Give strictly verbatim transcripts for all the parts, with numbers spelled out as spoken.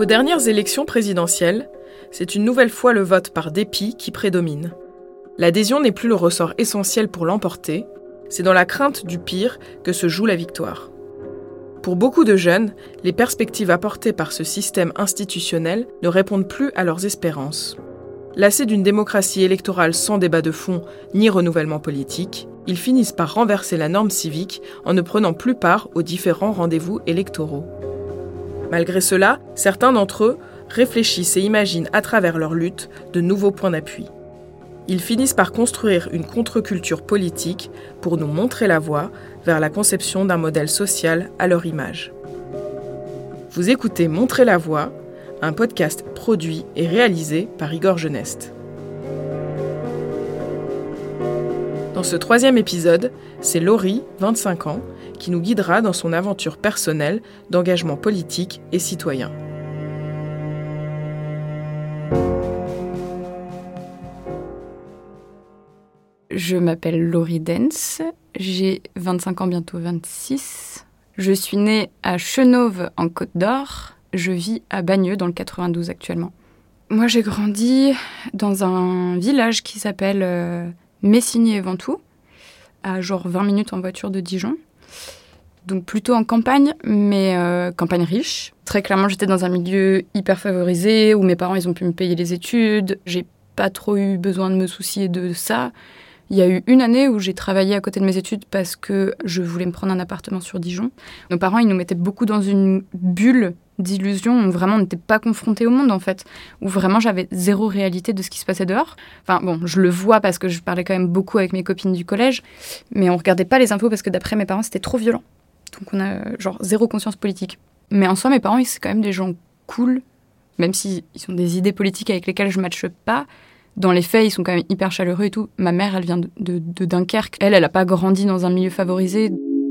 dernières élections présidentielles, c'est une nouvelle fois le vote par dépit qui prédomine. L'adhésion n'est plus le ressort essentiel pour l'emporter, c'est dans la crainte du pire que se joue la victoire. Pour beaucoup de jeunes, les perspectives apportées par ce système institutionnel ne répondent plus à leurs espérances. Lassés d'une démocratie électorale sans débat de fond ni renouvellement politique, ils finissent par renverser la norme civique en ne prenant plus part aux différents rendez-vous électoraux. Malgré cela, certains d'entre eux réfléchissent et imaginent à travers leur lutte de nouveaux points d'appui. Ils finissent par construire une contre-culture politique pour nous montrer la voie vers la conception d'un modèle social à leur image. Vous écoutez Montrer la voie, un podcast produit et réalisé par Igor Geneste. Dans ce troisième épisode, c'est Laurie, vingt-cinq ans, qui nous guidera dans son aventure personnelle d'engagement politique et citoyen. Je m'appelle Laurie Dens, j'ai vingt-cinq ans, bientôt vingt-six. Je suis née à Chenôve, en Côte d'Or. Je vis à Bagneux, dans le quatre-vingt-douze actuellement. Moi, j'ai grandi dans un village qui s'appelle euh, Messigny-et-Ventoux, à genre vingt minutes en voiture de Dijon. Donc plutôt en campagne, mais euh, campagne riche. Très clairement, j'étais dans un milieu hyper favorisé, où mes parents ils ont pu me payer les études. J'ai pas trop eu besoin de me soucier de ça. Il y a eu une année où j'ai travaillé à côté de mes études parce que je voulais me prendre un appartement sur Dijon. Nos parents, ils nous mettaient beaucoup dans une bulle d'illusions où vraiment on n'était pas confrontés au monde, en fait. Où vraiment j'avais zéro réalité de ce qui se passait dehors. Enfin bon, je le vois parce que je parlais quand même beaucoup avec mes copines du collège, mais on regardait pas les infos parce que d'après mes parents, c'était trop violent. Donc on a genre zéro conscience politique. Mais en soi, mes parents, ils sont quand même des gens cool, même s'ils ont des idées politiques avec lesquelles je ne matche pas. Dans les faits, ils sont quand même hyper chaleureux et tout. Ma mère, elle vient de, de, de Dunkerque. Elle, elle n'a pas grandi dans un milieu favorisé.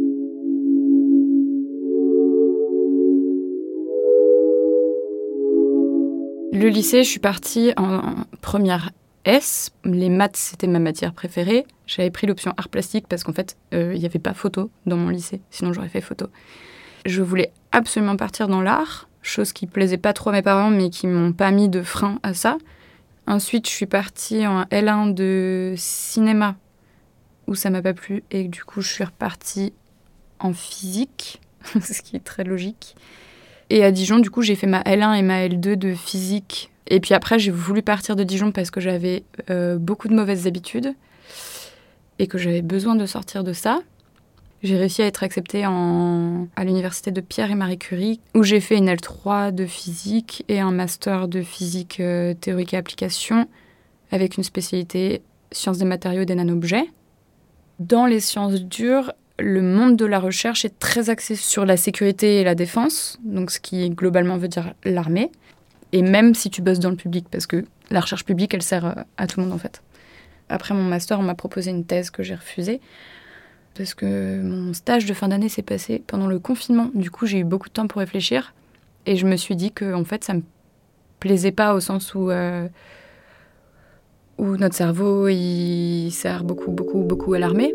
Le lycée, je suis partie en première S. Les maths, c'était ma matière préférée. J'avais pris l'option art plastique parce qu'en fait, il euh, n'y avait pas photo dans mon lycée. Sinon, j'aurais fait photo. Je voulais absolument partir dans l'art, chose qui plaisait pas trop à mes parents, mais qui m'ont pas mis de frein à ça. Ensuite, je suis partie en L un de cinéma, où ça m'a pas plu, et du coup, je suis repartie en physique, ce qui est très logique. Et à Dijon, du coup, j'ai fait ma L un et ma L deux de physique. Et puis après, j'ai voulu partir de Dijon parce que j'avais euh, beaucoup de mauvaises habitudes et que j'avais besoin de sortir de ça. J'ai réussi à être acceptée en... à l'université de Pierre et Marie Curie, où j'ai fait une L trois de physique et un master de physique euh, théorique et application, avec une spécialité sciences des matériaux et des nano-objets. Dans les sciences dures, le monde de la recherche est très axé sur la sécurité et la défense, donc ce qui globalement veut dire l'armée, et même si tu bosses dans le public, parce que la recherche publique, elle sert à tout le monde en fait. Après mon master, on m'a proposé une thèse que j'ai refusée, parce que mon stage de fin d'année s'est passé pendant le confinement. Du coup, j'ai eu beaucoup de temps pour réfléchir. Et je me suis dit que en fait, ça me plaisait pas au sens où, euh, où notre cerveau, il sert beaucoup, beaucoup, beaucoup à l'armée.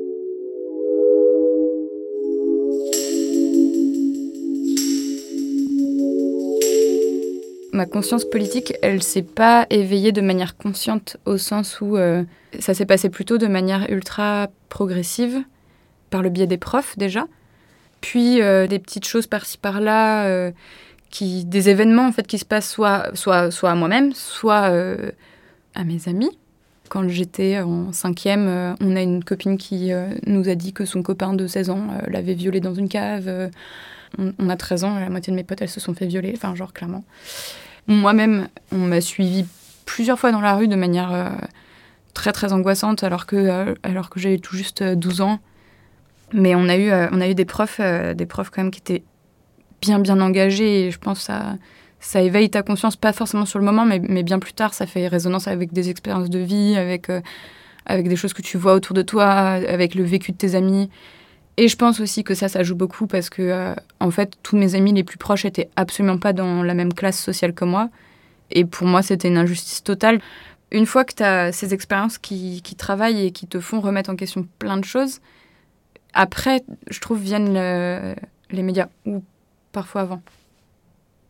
Ma conscience politique, elle s'est pas éveillée de manière consciente au sens où euh, ça s'est passé plutôt de manière ultra progressive, par le biais des profs déjà, puis euh, des petites choses par-ci par-là, euh, qui, des événements en fait qui se passent soit, soit, soit à moi-même, soit euh, à mes amis. Quand j'étais en cinquième, euh, on a une copine qui euh, nous a dit que son copain de seize ans euh, l'avait violée dans une cave. Euh, on, on a treize ans, la moitié de mes potes, elles se sont fait violer, enfin genre clairement. Moi-même, on m'a suivie plusieurs fois dans la rue de manière euh, très très angoissante alors que, euh, alors que j'avais tout juste douze ans. Mais on a eu, euh, on a eu des profs, euh, des profs quand même qui étaient bien, bien engagés. Et je pense que ça, ça éveille ta conscience, pas forcément sur le moment, mais, mais bien plus tard. Ça fait résonance avec des expériences de vie, avec, euh, avec des choses que tu vois autour de toi, avec le vécu de tes amis. Et je pense aussi que ça, ça joue beaucoup parce que, euh, en fait, tous mes amis les plus proches étaient absolument pas dans la même classe sociale que moi. Et pour moi, c'était une injustice totale. Une fois que tu as ces expériences qui, qui travaillent et qui te font remettre en question plein de choses, après, je trouve, viennent le, les médias, ou parfois avant.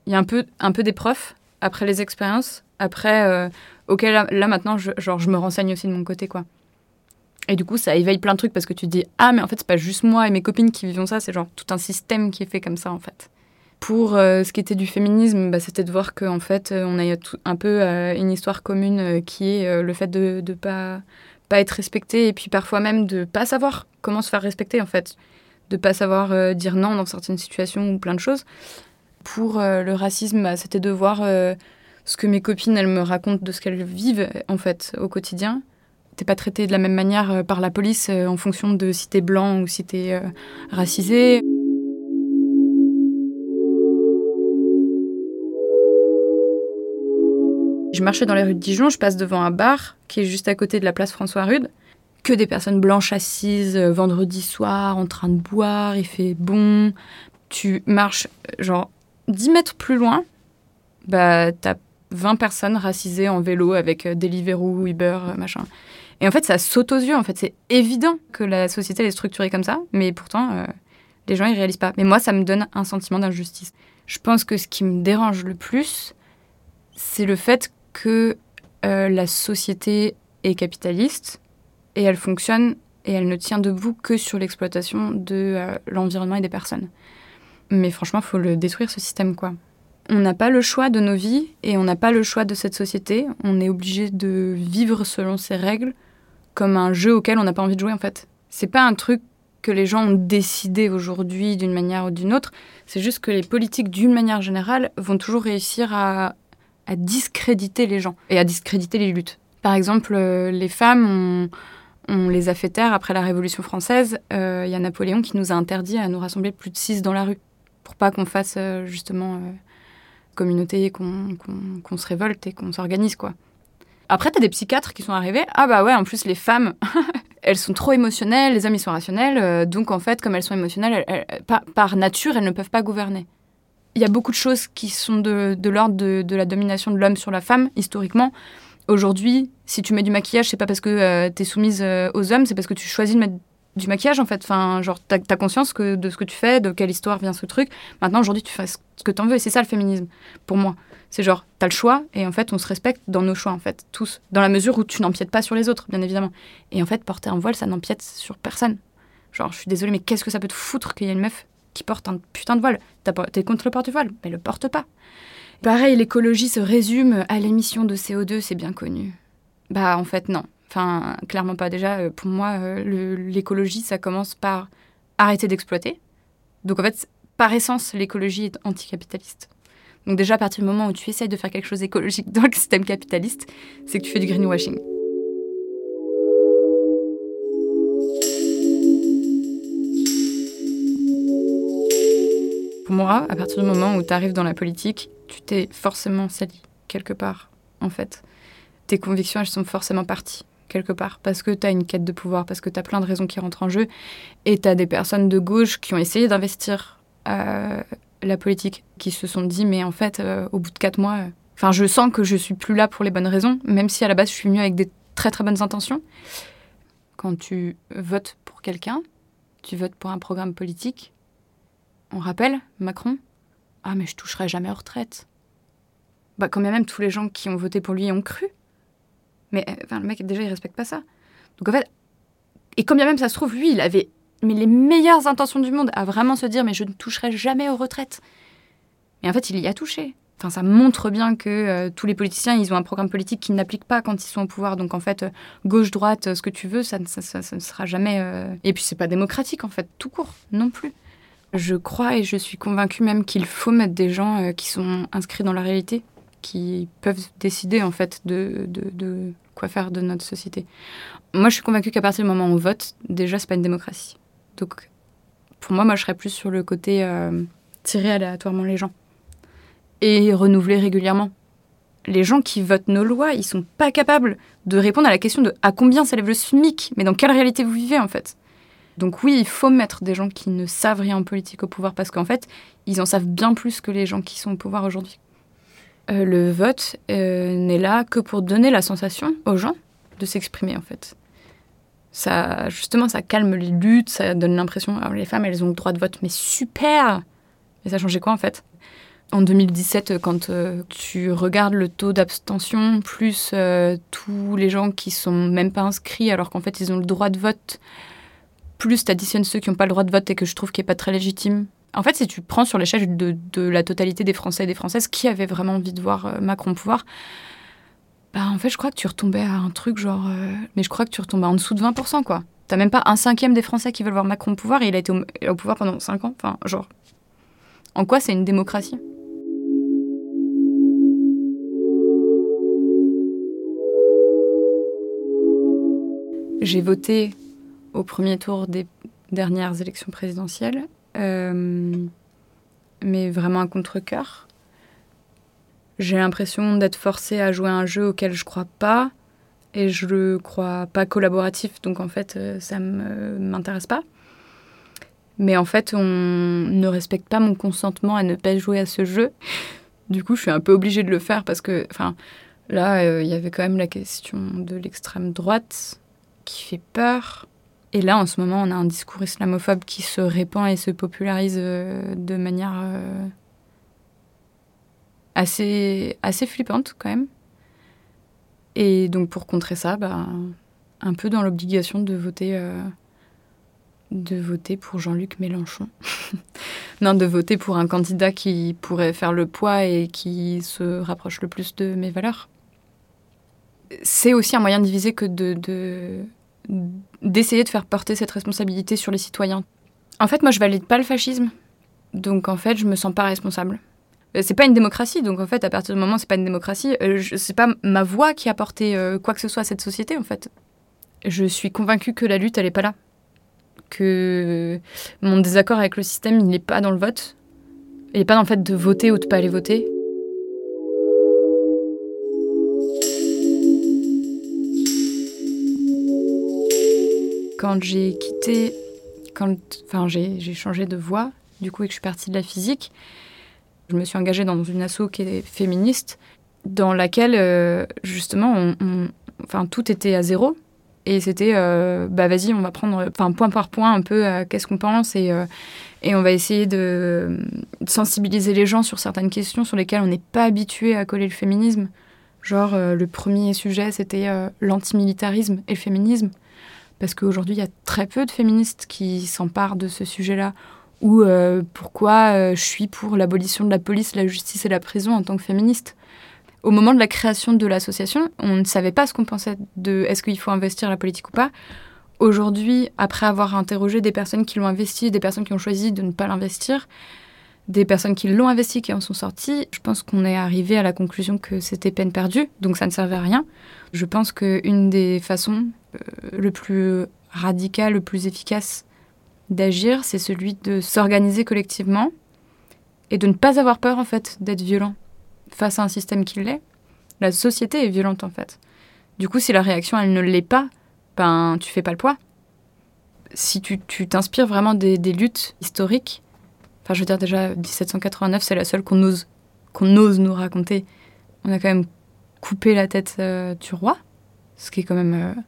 Il y a un peu, un peu des profs, après les expériences, après, euh, ok, là, là maintenant, je, genre, je me renseigne aussi de mon côté, quoi. Et du coup, ça éveille plein de trucs parce que tu te dis, ah, mais en fait, c'est pas juste moi et mes copines qui vivons ça, c'est genre tout un système qui est fait comme ça, en fait. Pour euh, ce qui était du féminisme, bah, c'était de voir qu'en fait, euh, on a tout, un peu euh, une histoire commune euh, qui est euh, le fait de ne pas, pas être respecté et puis parfois même de pas savoir comment se faire respecter, en fait. De pas savoir euh, dire non dans certaines situations ou plein de choses. Pour euh, le racisme, bah, c'était de voir euh, ce que mes copines, elles me racontent de ce qu'elles vivent, en fait, au quotidien. T'es pas traité de la même manière euh, par la police euh, en fonction de si t'es blanc ou si t'es euh, racisé. Je marchais dans les rues de Dijon, je passe devant un bar qui est juste à côté de la place François-Rude. Que des personnes blanches assises euh, vendredi soir en train de boire, il fait bon. Tu marches genre dix mètres plus loin, bah t'as vingt personnes racisées en vélo avec euh, Deliveroo, Uber, euh, machin. Et en fait, ça saute aux yeux. En fait, c'est évident que la société elle est structurée comme ça, mais pourtant, euh, les gens, ils réalisent pas. Mais moi, ça me donne un sentiment d'injustice. Je pense que ce qui me dérange le plus, c'est le fait que euh, la société est capitaliste et elle fonctionne et elle ne tient debout que sur l'exploitation de euh, l'environnement et des personnes. Mais franchement, il faut le détruire, ce système, quoi. On n'a pas le choix de nos vies et on n'a pas le choix de cette société. On est obligé de vivre selon ses règles, comme un jeu auquel on n'a pas envie de jouer, en fait. C'est pas un truc que les gens ont décidé aujourd'hui d'une manière ou d'une autre. C'est juste que les politiques, d'une manière générale, vont toujours réussir à, à discréditer les gens et à discréditer les luttes. Par exemple, euh, les femmes, on, on les a fait taire après la Révolution française. Il euh, y a Napoléon qui nous a interdit à nous rassembler plus de six dans la rue, pour pas qu'on fasse euh, justement euh, communauté, qu'on, qu'on, qu'on se révolte et qu'on s'organise, quoi. Après, t'as des psychiatres qui sont arrivés. Ah bah ouais, en plus, les femmes, elles sont trop émotionnelles, les hommes, ils sont rationnels. Euh, donc, en fait, comme elles sont émotionnelles, elles, elles, par, par nature, elles ne peuvent pas gouverner. Il y a beaucoup de choses qui sont de, de l'ordre de, de la domination de l'homme sur la femme, historiquement. Aujourd'hui, si tu mets du maquillage, c'est pas parce que euh, t'es soumise euh, aux hommes, c'est parce que tu choisis de mettre du maquillage, en fait. Enfin, genre, t'as, t'as conscience que, de ce que tu fais, de quelle histoire vient ce truc. Maintenant, aujourd'hui, tu fais ce que t'en veux. Et c'est ça, le féminisme, pour moi. C'est genre, t'as le choix, et en fait, on se respecte dans nos choix, en fait, tous. Dans la mesure où tu n'empiètes pas sur les autres, bien évidemment. Et en fait, porter un voile, ça n'empiète sur personne. Genre, je suis désolée, mais qu'est-ce que ça peut te foutre qu'il y ait une meuf qui porte un putain de voile? T'as, T'es contre le porte-voile? Mais le porte pas. Pareil, l'écologie se résume à l'émission de C O deux, c'est bien connu. Bah, en fait, non. Enfin, clairement pas. Déjà, pour moi, le, l'écologie, ça commence par arrêter d'exploiter. Donc, en fait, par essence, l'écologie est anticapitaliste. Donc déjà, à partir du moment où tu essayes de faire quelque chose d'écologique dans le système capitaliste, c'est que tu fais du greenwashing. Pour moi, à partir du moment où tu arrives dans la politique, tu t'es forcément sali, quelque part, en fait. Tes convictions, elles sont forcément parties, quelque part, parce que tu as une quête de pouvoir, parce que tu as plein de raisons qui rentrent en jeu, et tu as des personnes de gauche qui ont essayé d'investir euh, la politique, qui se sont dit, mais en fait, euh, au bout de quatre mois, enfin, euh, je sens que je suis plus là pour les bonnes raisons, même si à la base, je suis venue avec des très très bonnes intentions. Quand tu votes pour quelqu'un, tu votes pour un programme politique, on rappelle Macron, ah mais je toucherai jamais aux retraites. Bah quand même tous les gens qui ont voté pour lui y ont cru. Mais enfin, le mec déjà il respecte pas ça. Donc en fait, et quand bien même ça se trouve, lui il avait mais les meilleures intentions du monde à vraiment se dire mais je ne toucherai jamais aux retraites. Mais en fait il y a touché. Enfin ça montre bien que euh, tous les politiciens ils ont un programme politique qu'ils n'appliquent pas quand ils sont au pouvoir. Donc en fait euh, gauche droite euh, ce que tu veux ça, ça, ça, ça ne sera jamais. Euh... Et puis c'est pas démocratique en fait tout court non plus. Je crois et je suis convaincue même qu'il faut mettre des gens euh, qui sont inscrits dans la réalité, qui peuvent décider en fait de, de, de quoi faire de notre société. Moi, je suis convaincue qu'à partir du moment où on vote, déjà, c'est pas une démocratie. Donc, pour moi, moi, je serais plus sur le côté euh, tirer aléatoirement les gens et renouveler régulièrement. Les gens qui votent nos lois, ils sont pas capables de répondre à la question de à combien s'élève le SMIC, mais dans quelle réalité vous vivez en fait. Donc oui, il faut mettre des gens qui ne savent rien en politique au pouvoir parce qu'en fait, ils en savent bien plus que les gens qui sont au pouvoir aujourd'hui. Euh, le vote euh, n'est là que pour donner la sensation aux gens de s'exprimer, en fait. Ça, justement, ça calme les luttes, ça donne l'impression... Alors, les femmes, elles ont le droit de vote, mais super! Et ça changeait quoi, en fait? En deux mille dix-sept, quand euh, tu regardes le taux d'abstention, plus euh, tous les gens qui sont même pas inscrits alors qu'en fait ils ont le droit de vote, plus t'additionnes ceux qui n'ont pas le droit de vote et que je trouve qui est pas très légitime. En fait, si tu prends sur l'échelle de, de la totalité des Français et des Françaises qui avaient vraiment envie de voir euh, Macron au pouvoir, bah en fait je crois que tu retombais à un truc genre... Euh, mais je crois que tu retombais en dessous de vingt pour cent quoi. T'as même pas un cinquième des Français qui veulent voir Macron au pouvoir et il a été au, au pouvoir pendant cinq ans. Enfin, genre... En quoi c'est une démocratie ? J'ai voté au premier tour des dernières élections présidentielles, euh, mais vraiment à contre-cœur. J'ai l'impression d'être forcée à jouer à un jeu auquel je crois pas, et je le crois pas collaboratif, donc en fait, ça ne m'intéresse pas. Mais en fait, on ne respecte pas mon consentement à ne pas jouer à ce jeu. Du coup, je suis un peu obligée de le faire parce que, enfin, là, il euh, y avait quand même la question de l'extrême droite qui fait peur. Et là, en ce moment, on a un discours islamophobe qui se répand et se popularise euh, de manière euh, assez, assez flippante, quand même. Et donc, pour contrer ça, bah, un peu dans l'obligation de voter, euh, de voter pour Jean-Luc Mélenchon. Non, de voter pour un candidat qui pourrait faire le poids et qui se rapproche le plus de mes valeurs. C'est aussi un moyen de diviser que de, de, d'essayer de faire porter cette responsabilité sur les citoyens. En fait, moi, je valide pas le fascisme. Donc, en fait, je me sens pas responsable. C'est pas une démocratie, donc en fait, à partir du moment où c'est pas une démocratie, euh, je, c'est pas ma voix qui a apporté euh, quoi que ce soit à cette société, en fait. Je suis convaincue que la lutte, elle est pas là. Que mon désaccord avec le système, il n'est pas dans le vote. Il n'est pas dans le fait de voter ou de pas aller voter. Quand j'ai quitté, quand, enfin j'ai, j'ai changé de voie, du coup, et que je suis partie de la physique, je me suis engagée dans une asso qui est féministe, dans laquelle, euh, justement, on, on, enfin, tout était à zéro. Et c'était, euh, bah vas-y, on va prendre, enfin, point par point, un peu, euh, qu'est-ce qu'on pense, et, euh, et on va essayer de, de sensibiliser les gens sur certaines questions sur lesquelles on n'est pas habitué à coller le féminisme. Genre, euh, le premier sujet, c'était euh, l'antimilitarisme et le féminisme. Parce qu'aujourd'hui, il y a très peu de féministes qui s'emparent de ce sujet-là. Ou euh, pourquoi euh, je suis pour l'abolition de la police, la justice et la prison en tant que féministe. Au moment de la création de l'association, on ne savait pas ce qu'on pensait de est-ce qu'il faut investir la politique ou pas. Aujourd'hui, après avoir interrogé des personnes qui l'ont investi, des personnes qui ont choisi de ne pas l'investir, des personnes qui l'ont investi, qui en sont sorties, je pense qu'on est arrivé à la conclusion que c'était peine perdue, donc ça ne servait à rien. Je pense qu'une des façons euh, le plus radicales, le plus efficace d'agir, c'est celui de s'organiser collectivement et de ne pas avoir peur, en fait, d'être violent face à un système qui l'est. La société est violente, en fait. Du coup, si la réaction, elle ne l'est pas, ben, tu fais pas le poids. Si tu, tu t'inspires vraiment des, des luttes historiques, enfin, je veux dire, déjà, dix-sept cent quatre-vingt-neuf, c'est la seule qu'on ose, qu'on ose nous raconter. On a quand même coupé la tête euh, du roi, ce qui est quand même euh,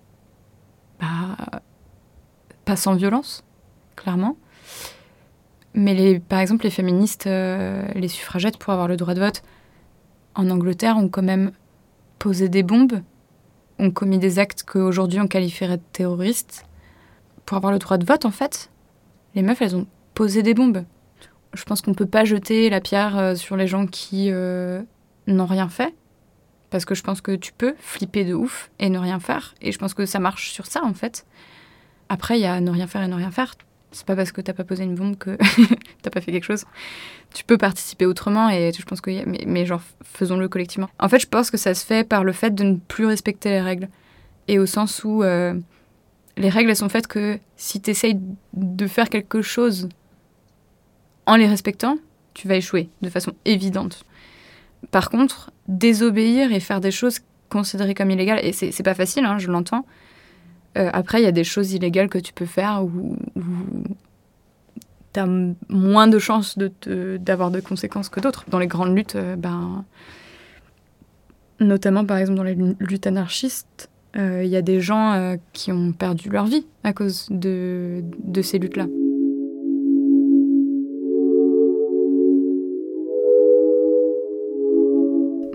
bah, pas sans violence, clairement. Mais les, par exemple, les féministes, euh, les suffragettes, pour avoir le droit de vote, en Angleterre, ont quand même posé des bombes, ont commis des actes qu'aujourd'hui on qualifierait de terroristes. Pour avoir le droit de vote, en fait, les meufs, elles ont posé des bombes. Je pense qu'on ne peut pas jeter la pierre sur les gens qui euh, n'ont rien fait, parce que je pense que tu peux flipper de ouf et ne rien faire. Et je pense que ça marche sur ça, en fait. Après, il y a ne rien faire et ne rien faire. C'est pas parce que t'as pas posé une bombe que t'as pas fait quelque chose. Tu peux participer autrement, et je pense que... Mais, mais genre, faisons-le collectivement. En fait, je pense que ça se fait par le fait de ne plus respecter les règles. Et au sens où euh, les règles, elles sont faites que si t'essayes de faire quelque chose en les respectant, tu vas échouer de façon évidente. Par contre, désobéir et faire des choses considérées comme illégales, et c'est, c'est pas facile, hein, je l'entends. Euh, après, il y a des choses illégales que tu peux faire où, où tu as moins de chances de te, d'avoir de conséquences que d'autres. Dans les grandes luttes, euh, ben, notamment par exemple dans les luttes anarchistes, il euh, y a des gens euh, qui ont perdu leur vie à cause de, de ces luttes-là.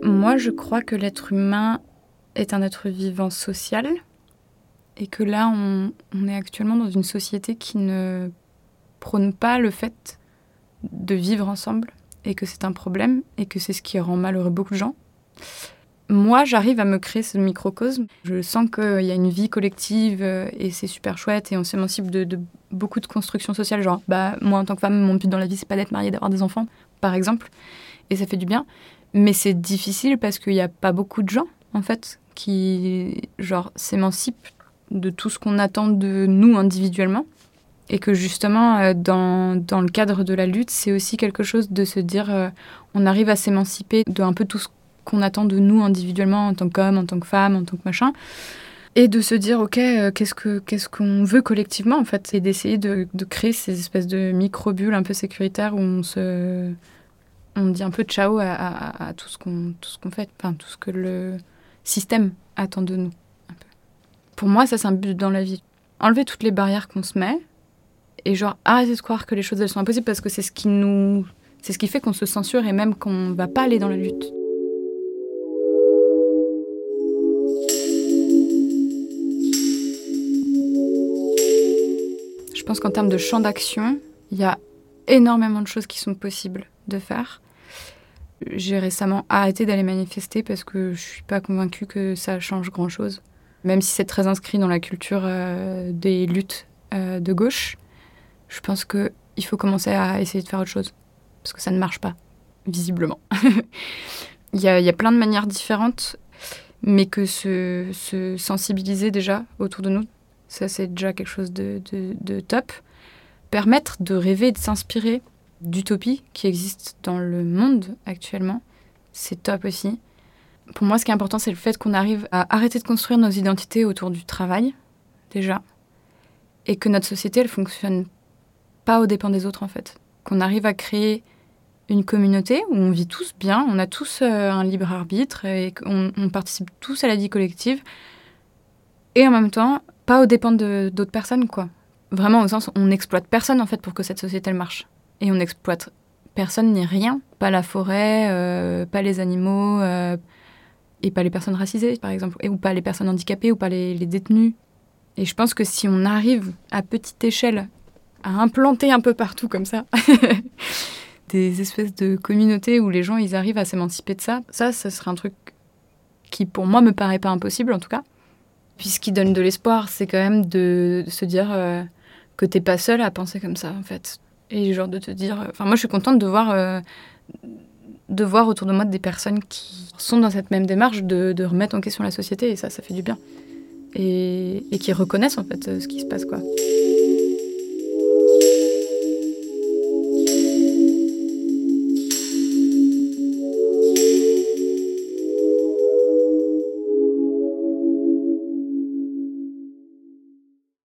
Moi, je crois que l'être humain est un être vivant social et que là, on, on est actuellement dans une société qui ne prône pas le fait de vivre ensemble et que c'est un problème et que c'est ce qui rend malheureux beaucoup de gens. Moi, j'arrive à me créer ce microcosme. Je sens qu'il y a une vie collective et c'est super chouette et on s'émancipe de, de beaucoup de constructions sociales. Genre, bah, moi, en tant que femme, mon but dans la vie, c'est pas d'être mariée, d'avoir des enfants, par exemple. Et ça fait du bien. Mais c'est difficile parce qu'il n'y a pas beaucoup de gens, en fait, qui, genre, s'émancipent de tout ce qu'on attend de nous individuellement. Et que justement, dans, dans le cadre de la lutte, c'est aussi quelque chose de se dire, euh, on arrive à s'émanciper de un peu tout ce qu'on attend de nous individuellement en tant qu'homme, en tant que femme, en tant que machin. Et de se dire, ok, euh, qu'est-ce, que, qu'est-ce qu'on veut collectivement, en fait. Et d'essayer de, de créer ces espèces de micro-bulles un peu sécuritaires où on se... On dit un peu ciao à, à, à tout, ce qu'on, tout ce qu'on fait, enfin tout ce que le système attend de nous. Un peu. Pour moi, ça c'est un but dans la vie. Enlever toutes les barrières qu'on se met et genre arrêter de croire que les choses elles sont impossibles parce que c'est ce qui nous, c'est ce qui fait qu'on se censure et même qu'on va pas aller dans la lutte. Je pense qu'en termes de champ d'action, il y a énormément de choses qui sont possibles de faire. J'ai récemment arrêté d'aller manifester parce que je suis pas convaincue que ça change grand-chose. Même si c'est très inscrit dans la culture euh, des luttes euh, de gauche, je pense qu'il faut commencer à essayer de faire autre chose. Parce que ça ne marche pas, visiblement. Il y a, il y a plein de manières différentes, mais que se, se sensibiliser déjà autour de nous, ça c'est déjà quelque chose de, de, de top. Permettre de rêver et de s'inspirer d'utopie qui existe dans le monde actuellement, c'est top aussi. Pour moi, ce qui est important, c'est le fait qu'on arrive à arrêter de construire nos identités autour du travail, déjà, et que notre société, elle fonctionne pas aux dépens des autres, en fait. Qu'on arrive à créer une communauté où on vit tous bien, on a tous euh, un libre arbitre et qu'on on participe tous à la vie collective, et en même temps, pas aux dépens de, d'autres personnes, quoi. Vraiment, au sens où on n'exploite personne, en fait, pour que cette société, elle marche. Et on n'exploite personne ni rien. Pas la forêt, euh, pas les animaux, euh, et pas les personnes racisées, par exemple. Et, ou pas les personnes handicapées, ou pas les, les détenus. Et je pense que si on arrive, à petite échelle, à implanter un peu partout, comme ça, des espèces de communautés où les gens, ils arrivent à s'émanciper de ça, ça, ça serait un truc qui, pour moi, me paraît pas impossible, en tout cas. Puis ce qui donne de l'espoir, c'est quand même de, de se dire euh, que t'es pas seul à penser comme ça, en fait. Et genre de te dire... Enfin, moi, je suis contente de voir, euh, de voir autour de moi des personnes qui sont dans cette même démarche de, de remettre en question la société. Et ça, ça fait du bien. Et, et qui reconnaissent, en fait, ce qui se passe, quoi.